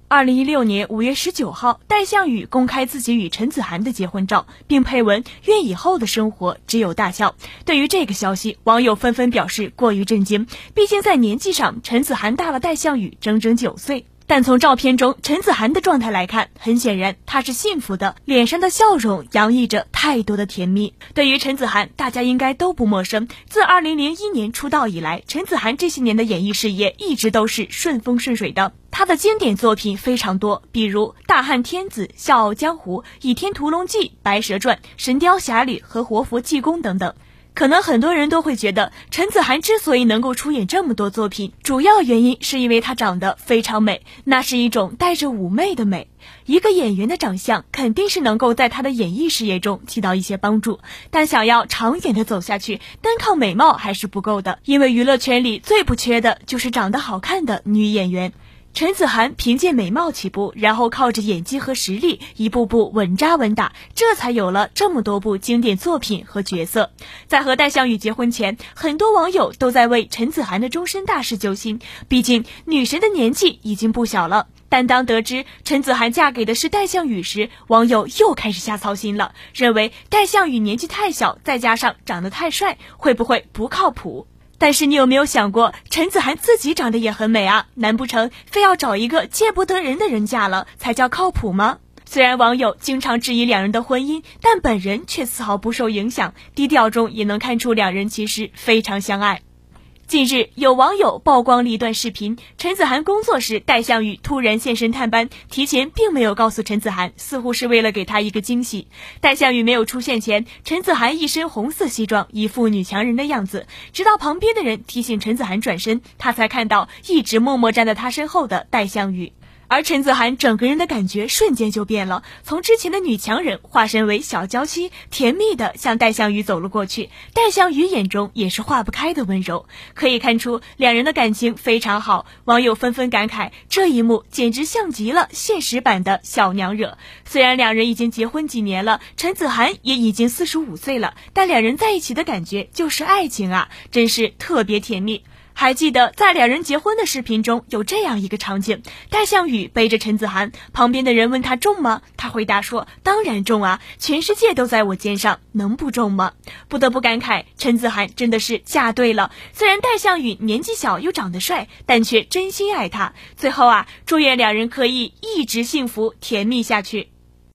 2016年5月19号，戴相宇公开自己与陈子涵的结婚照，并配文愿以后的生活只有大笑。对于这个消息，网友纷纷表示过于震惊，毕竟在年纪上，陈子涵大了戴相宇整整9岁。但从照片中陈子涵的状态来看，很显然她是幸福的，脸上的笑容洋溢着太多的甜蜜。对于陈子涵，大家应该都不陌生。自2001年出道以来，陈子涵这些年的演艺事业一直都是顺风顺水的。她的经典作品非常多，比如《大汉天子》《笑傲江湖》《倚天屠龙记》《白蛇传》《神雕侠侣》和《活佛济公》等等。可能很多人都会觉得，陈子涵之所以能够出演这么多作品，主要原因是因为她长得非常美，那是一种带着妩媚的美。一个演员的长相肯定是能够在她的演艺事业中起到一些帮助，但想要长远的走下去，单靠美貌还是不够的，因为娱乐圈里最不缺的就是长得好看的女演员。陈子涵凭借美貌起步，然后靠着演技和实力一步步稳扎稳打，这才有了这么多部经典作品和角色。在和戴相宇结婚前，很多网友都在为陈子涵的终身大事揪心，毕竟女神的年纪已经不小了。但当得知陈子涵嫁给的是戴相宇时，网友又开始瞎操心了，认为戴相宇年纪太小，再加上长得太帅，会不会不靠谱？但是你有没有想过，陈子涵自己长得也很美啊，难不成非要找一个见不得人的人嫁了才叫靠谱吗？虽然网友经常质疑两人的婚姻，但本人却丝毫不受影响，低调中也能看出两人其实非常相爱。近日，有网友曝光了一段视频，陈子涵工作时，戴相宇突然现身探班，提前并没有告诉陈子涵，似乎是为了给她一个惊喜。戴相宇没有出现前，陈子涵一身红色西装，一副女强人的样子，直到旁边的人提醒陈子涵转身，她才看到一直默默站在她身后的戴相宇。而陈子涵整个人的感觉瞬间就变了，从之前的女强人化身为小娇妻，甜蜜的向戴相宇走了过去。戴相宇眼中也是化不开的温柔，可以看出两人的感情非常好。网友纷纷感慨，这一幕简直像极了现实版的小娘惹。虽然两人已经结婚几年了，陈子涵也已经45岁了，但两人在一起的感觉就是爱情啊，真是特别甜蜜。还记得在两人结婚的视频中有这样一个场景，戴相宇背着陈子涵，旁边的人问他重吗？他回答说当然重啊，全世界都在我肩上，能不重吗？不得不感慨，陈子涵真的是嫁对了。虽然戴相宇年纪小又长得帅，但却真心爱他。最后啊，祝愿两人可以一直幸福甜蜜下去。